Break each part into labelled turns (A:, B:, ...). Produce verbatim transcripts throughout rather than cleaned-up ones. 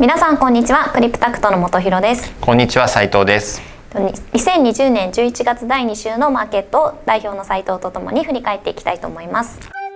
A: 皆さんこんにちは。クリプタクトの本博です。
B: こんにちは、斉藤です。
A: にせんにじゅうねんじゅういちがつだいに週のマーケットを代表の斉藤とともに振り返っていきたいと思います。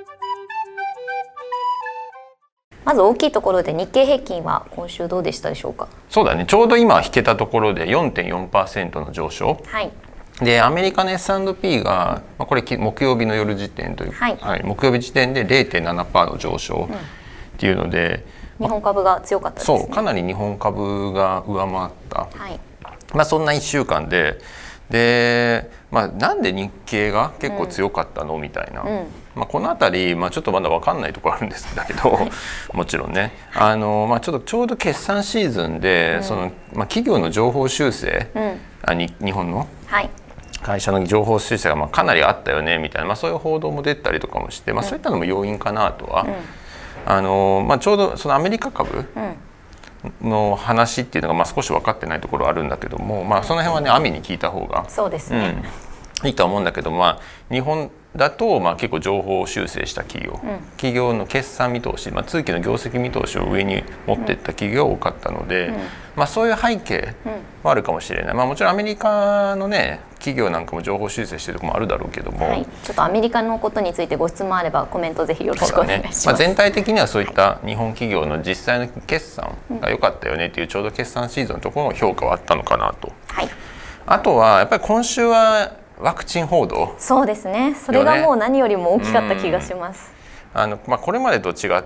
A: まず大きいところで日経平均は今週どうでしたでしょうか。
B: そうだね、ちょうど今引けたところで よんてんよんパーセント の上昇、
A: はい、
B: でアメリカの エスアンドピー が、まあ、これ木曜日の夜時点という、
A: はい
B: はい、木曜日時点で れいてんななパーセント の上昇っていうので、
A: うん、日本株が強かったですね。
B: そうかなり日本株が上回った、
A: はい、
B: まあ、そんないっしゅうかんでで、まあ、なんで日経が結構強かったの、うん、みたいな、うん、まあ、この辺り、まあ、ちょっとまだ分かんないところあるんですけど、はい、もちろんね、あの、まあ、ちょっとちょうど決算シーズンで、うん、そのまあ、企業の情報修正、うん、あに日本の、はい、会社の情報修正がまあかなりあったよねみたいな、まあ、そういう報道も出たりとかもして、まあ、そういったのも要因かなとは、うん、あのまあ、ちょうどそのアメリカ株、うん、の話っていうのがまあ少し分かってないところはあるんだけども、まあ、その辺はね、アミに聞いた方が
A: そうですね、
B: うん、いいとは思うんだけど、まあ、日本だとまあ結構情報修正した企業、うん、企業の決算見通し、まあ、通期の業績見通しを上に持っていった企業が多かったので、うん、まあ、そういう背景はあるかもしれない、まあ、もちろんアメリカのね企業なんかも情報修正してるところもあるだろうけども、
A: はい、ちょっとアメリカのことについてご質問あればコメントぜひよろしくお願いします。
B: そうだね、まあ、全体的にはそういった日本企業の実際の決算が良かったよねっていう、ちょうど決算シーズンのところの評価はあったのかなと、はい、あとはやっぱり今週はワクチン報道、
A: そうですね、それがもう何よりも大きかった気がします。
B: うん、あのまあ、これまでと違って、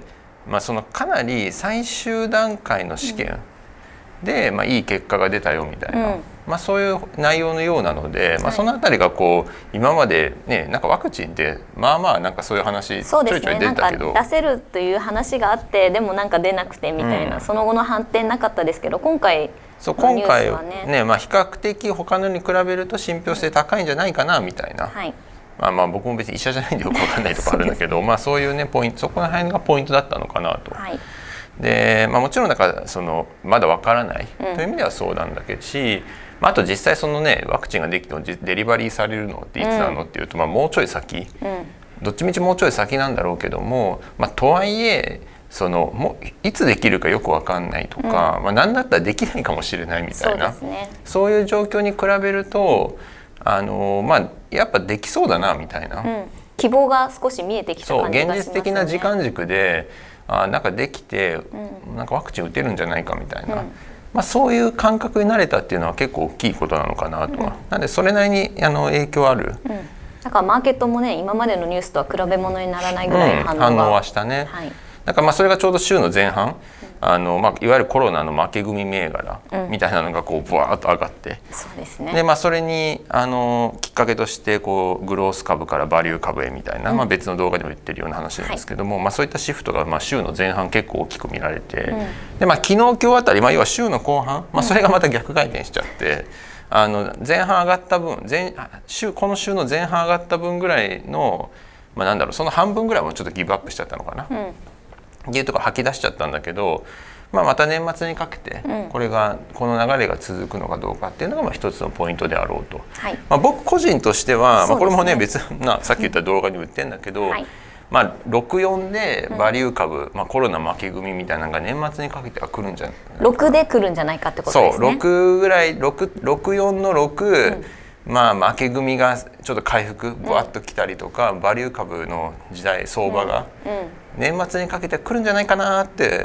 B: まあ、そのかなり最終段階の試験で、うん、まあ、いい結果が出たよみたいな、うん、まあ、そういう内容のようなので、まあ、そのあたりがこう今までね、なんかワクチンってまあまあなんかそういう話ちょいちょい出てたけど、
A: なんか出せるという話があってでもなんか出なくてみたいな、うん、その後の反転なかったですけど、今回
B: そう今回はね、ね、まあ、比較的他のに比べると信憑性高いんじゃないかなみたいな、はい、まあ、まあ僕も別に医者じゃないんでよく分かんないところあるんだけどまあそういうねポイント、そこら辺がポイントだったのかなと。はい、で、まあ、もちろんだからそのまだ分からないという意味ではそうなんだけどし、まあ、あと実際そのねワクチンができてデリバリーされるのっていつなのっていうと、まあ、もうちょい先、うん、どっちみちもうちょい先なんだろうけども、まあ、とはいえそのもういつできるかよく分かんないとか、うん、まあ、何だったらできないかもしれないみたいな、 そうですね、そういう状況に比べるとあの、まあ、やっぱできそうだなみたいな、うん、
A: 希望が少し見えてきた感じがしますよね。
B: そう現実的な時間軸であなんかできて、うん、なんかワクチン打てるんじゃないかみたいな、うん、まあ、そういう感覚になれたっていうのは結構大きいことなのかなとは、うん、なんでそれなりにあの影響ある、うん、だ
A: からマーケットもね今までのニュースとは比べ物にならないぐらい反応が、
B: うん、反応はしたね、はい、だからまあそれがちょうど週の前半、あのまあ、いわゆるコロナの負け組銘柄みたいなのがこうブワーッと上がって、うん、そうですね、でまあ、それにあのきっかけとしてこうグロース株からバリュー株へみたいな、うん、まあ、別の動画でも言ってるような話なんですけども、はい、まあ、そういったシフトがまあ週の前半結構大きく見られて、うん、でまあ、昨日今日あたり、まあ、要は週の後半、まあ、それがまた逆回転しちゃって。あの前半上がった分前週この週の前半上がった分ぐらいの、まあ、なんだろうその半分ぐらいもちょっとギブアップしちゃったのかな、うん、っていうところ吐き出しちゃったんだけど、まあ、また年末にかけてこれがこの流れが続くのかどうかっていうのがまあ一つのポイントであろうと、はい、まあ、僕個人としては、まあ、これもね別なさっき言った動画にも言ってんだけど、はい、まあ、ろくじゅうよんでバリュー株、うん、まあ、コロナ負け組みたいなのが年末にかけては来るんじゃないかな、
A: ろくで来るんじゃないかってことですね。
B: そうろくぐらいろくじゅうよんのろく、うん、まあ負け組がちょっと回復ぶわっと来たりとか、うん、バリュー株の時代相場が年末にかけて来るんじゃないかなって、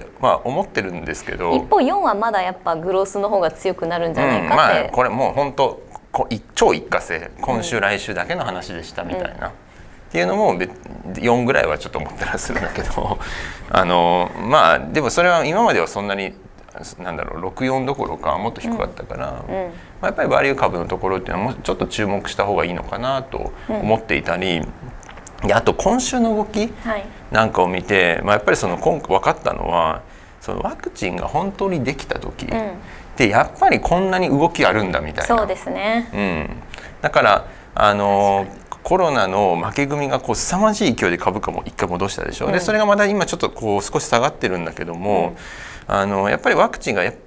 B: まあ、思ってるんですけど、
A: 一方よんはまだやっぱグロースの方が強くなるんじゃないかって、うん、
B: まあ、これもう本当超一過性今週、うん、来週だけの話でしたみたいな、うん、っていうのもよんぐらいはちょっと思ったりするんだけどあのまあでもそれは今まではそんなになんだろうろくじゅうよんどころかもっと低かったから、うんうん、まあ、やっぱりバリュー株のところっていうのはもうちょっと注目した方がいいのかなと思っていたり、うん、であと今週の動きなんかを見て、まあ、やっぱりその今回分かったのはそのワクチンが本当にできた時、うん、でやっぱりこんなに動きあるんだみたいな。
A: そうですね、
B: うん、だからあのコロナの負け組がこう凄まじい勢いで株価も一回戻したでしょ、うん、でそれがまた今ちょっとこう少し下がってるんだけども、うん、あのやっぱりワクチンが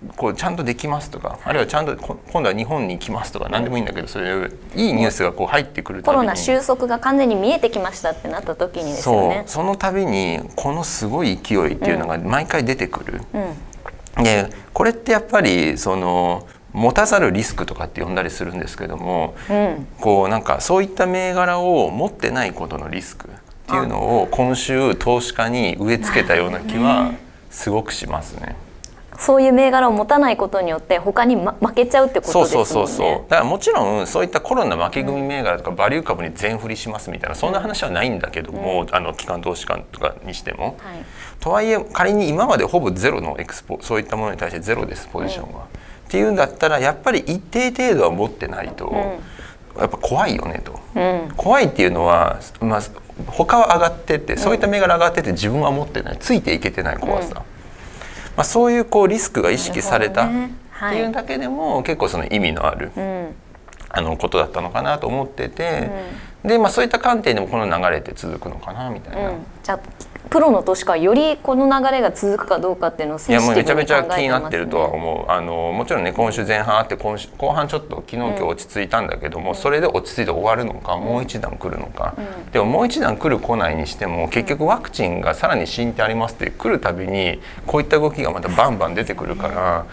B: こうちゃんとできますとか、あるいはちゃんと今度は日本に来ますとか何でもいいんだけど、そういういいニュースがこう入ってくるたびに、
A: コロナ収束が完全に見えてきましたってなった時にですよね。
B: そう、その度にこのすごい勢いっていうのが毎回出てくる、うん、でこれってやっぱりその持たざるリスクとかって呼んだりするんですけども、うん、こうなんかそういった銘柄を持ってないことのリスクっていうのを今週投資家に植え付けたような気はすごくしますね。
A: そういう銘柄を持たないことによって他に、ま、負けちゃうってことですもんね。
B: そうそうそうそう。だからもちろんそういったコロナ負け組銘柄とかバリュー株に全振りしますみたいな、そんな話はないんだけども、うん、あの機関投資家とかにしても、はい、とはいえ仮に今までほぼゼロのエクスポ、そういったものに対してゼロですポジションは、うん、っていうんだったらやっぱり一定程度は持ってないと、うん、やっぱ怖いよねと、うん、怖いっていうのは、まあ、他は上がってて、そういった銘柄上がってて自分は持ってない、ついていけてない怖さ、うん、まあ、そういうこうリスクが意識されたっていうだけでも結構その意味のある、うん、あのことだったのかなと思ってて、うん、で、まあ、そういった観点でもこの流れって続くのかなみたいな、うん、
A: じゃあプロの投資家はよりこの流れが続くかどうかっていうのをセンシティブに考えてますね。いやもうめちゃめちゃ気になってるとは思う。あのもちろんね、今週前半あって今週後半ちょっと昨日今日落ち着いたんだけども、うん、それで落ち着いて終わるのか、もう一段来るのか、うん、でももう一段来る来ないにしても結局ワクチンがさらに進展ありますって来るたびにこういった動きがまたバンバン出てくるから、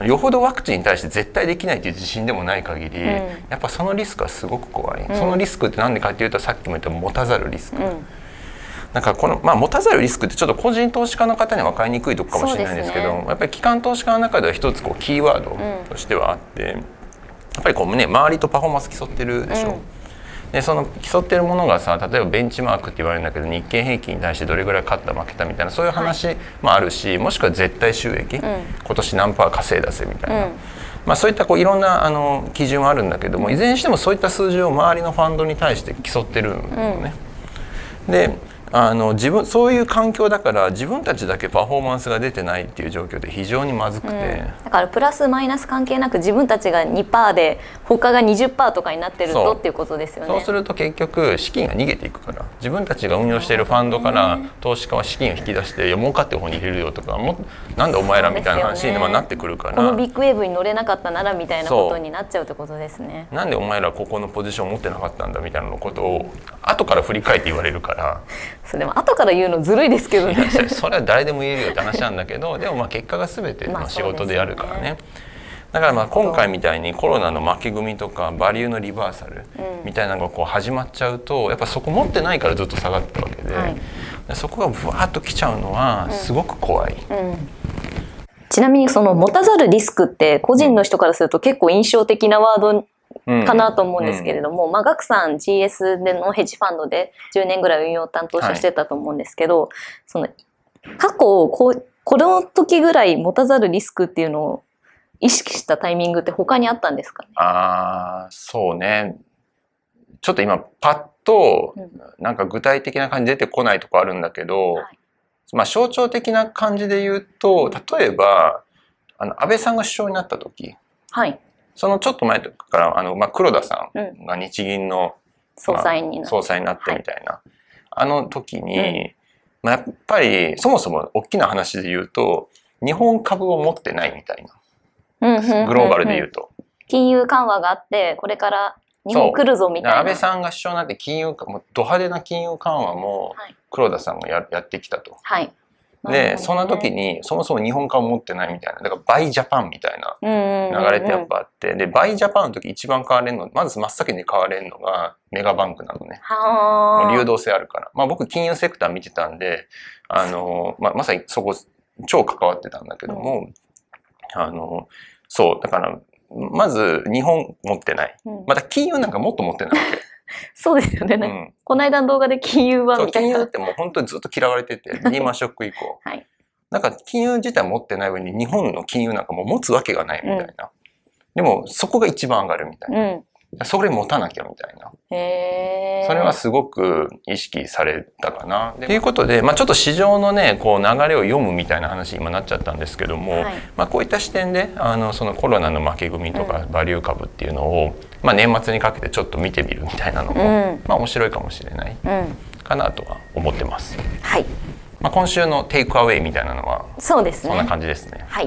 A: よほどワクチンに対して絶対できないという自信でもない限り、うん、やっぱそのリスクはすごく怖い、うん、そのリスクって何でかっていうと、さっきも言った持たざるリスク、うん、なんかこの、まあ、持たざるリスクってちょっと個人投資家の方には分かりにくいとこかもしれないんですけど、ね、やっぱり機関投資家の中では一つこうキーワードとしてはあって、うん、やっぱりこう、ね、周りとパフォーマンス競ってるでしょ、うん、でその競ってるものがさ、例えばベンチマークって言われるんだけど、日経平均に対してどれぐらい勝った負けたみたいな、そういう話もあるし、もしくは絶対収益、うん、今年何パー稼いだせみたいな、うん、まあ、そういったこういろんなあの基準はあるんだけども、いずれにしてもそういった数字を周りのファンドに対して競ってるんだよね、うん、であの自分そういう環境だから自分たちだけパフォーマンスが出てないっていう状況で非常にまずくて、うん、だからプラスマイナス関係なく自分たちが にパーセント で他が にじゅっパーセント とかになってるとっていうことですよね。
B: そうすると結局資金が逃げていくから、自分たちが運用しているファンドから投資家は資金を引き出して「いや儲かってる方に入れるよ」とか、もなんでお前らみたいな話になってくるから、
A: このビッグウェーブに乗れなかったならみたいなことになっちゃうってことですね。
B: なんでお前らここのポジション持ってなかったんだみたいなことを後から振り返って言われるから、
A: それでも後から言うのずるいですけどね。
B: いやそれは誰でも言えるよって話なんだけど、でもまあ結果が全ての仕事であるからね。だからまあ今回みたいにコロナの負け組とかバリューのリバーサルみたいなのがこう始まっちゃうと、やっぱそこ持ってないからずっと下がってたわけで、はい、そこがブワーッと来ちゃうのはすごく怖い、うんうん、
A: ちなみにその持たざるリスクって個人の人からすると結構印象的なワードかなと思うんですけれども、うんうん、まあ、ガクさん ジーエス でのヘッジファンドでじゅうねんぐらい運用担当者してたと思うんですけど、はい、その過去こうこの時ぐらい持たざるリスクっていうのを意識したタイミングって他にあったんですかね。
B: あー、そうね、ちょっと今パッとなんか具体的な感じ出てこないとこあるんだけど、はい、まあ、象徴的な感じで言うと、例えばあの安倍さんが首相になった時、はい、そのちょっと前からあの、まあ、黒田さんが日銀の、
A: うん、まあ、総裁になって、
B: 総裁になってみたいな、はい、あの時に、うん、まあ、やっぱりそもそも大きな話で言うと日本株を持ってないみたいな、うんうんうんうん、グローバルで言うと
A: 金融緩和があってこれから日本来るぞみたいな。
B: 安倍さんが首相になって金融もうド派手な金融緩和も黒田さんが や, やってきたと。はい、でそんな時にそもそも日本株持ってないみたいな、だからバイジャパンみたいな流れってやっぱあって、うんうんうん、でバイジャパンの時一番買われるの、まず真っ先に買われるのがメガバンクなのね。流動性あるから。まあ僕金融セクター見てたんで、あの、まあ、まさにそこ超関わってたんだけども、うん、あのそうだからまず日本持ってない、うん、また金融なんかもっと持ってないわけ。
A: そうですよね、うん、この間の動画で金融はみたいな。
B: 金融ってもう本当にずっと嫌われててリーマンショック以降、はい、だから金融自体持ってない上に日本の金融なんかも持つわけがないみたいな、うん、でもそこが一番上がるみたいな、うん、それ持たなきゃみたいな、へー、それはすごく意識されたかな。ということで、まあ、ちょっと市場のねこう流れを読むみたいな話に今なっちゃったんですけども、はい、まあ、こういった視点であのそのコロナの負け組とかバリュー株っていうのを、うん、まあ、年末にかけてちょっと見てみるみたいなのも、うん、まあ、面白いかもしれないかなとは思ってます。はい、まあ、今週のテイクアウェイみたいなのは
A: そうですね、
B: そんな感じですね。
A: はい、はい、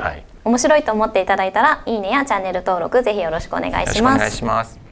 C: 面白いと思っていただいたらいいねやチャンネル登録ぜひよろしくお願いします。
B: よろしくお願いします。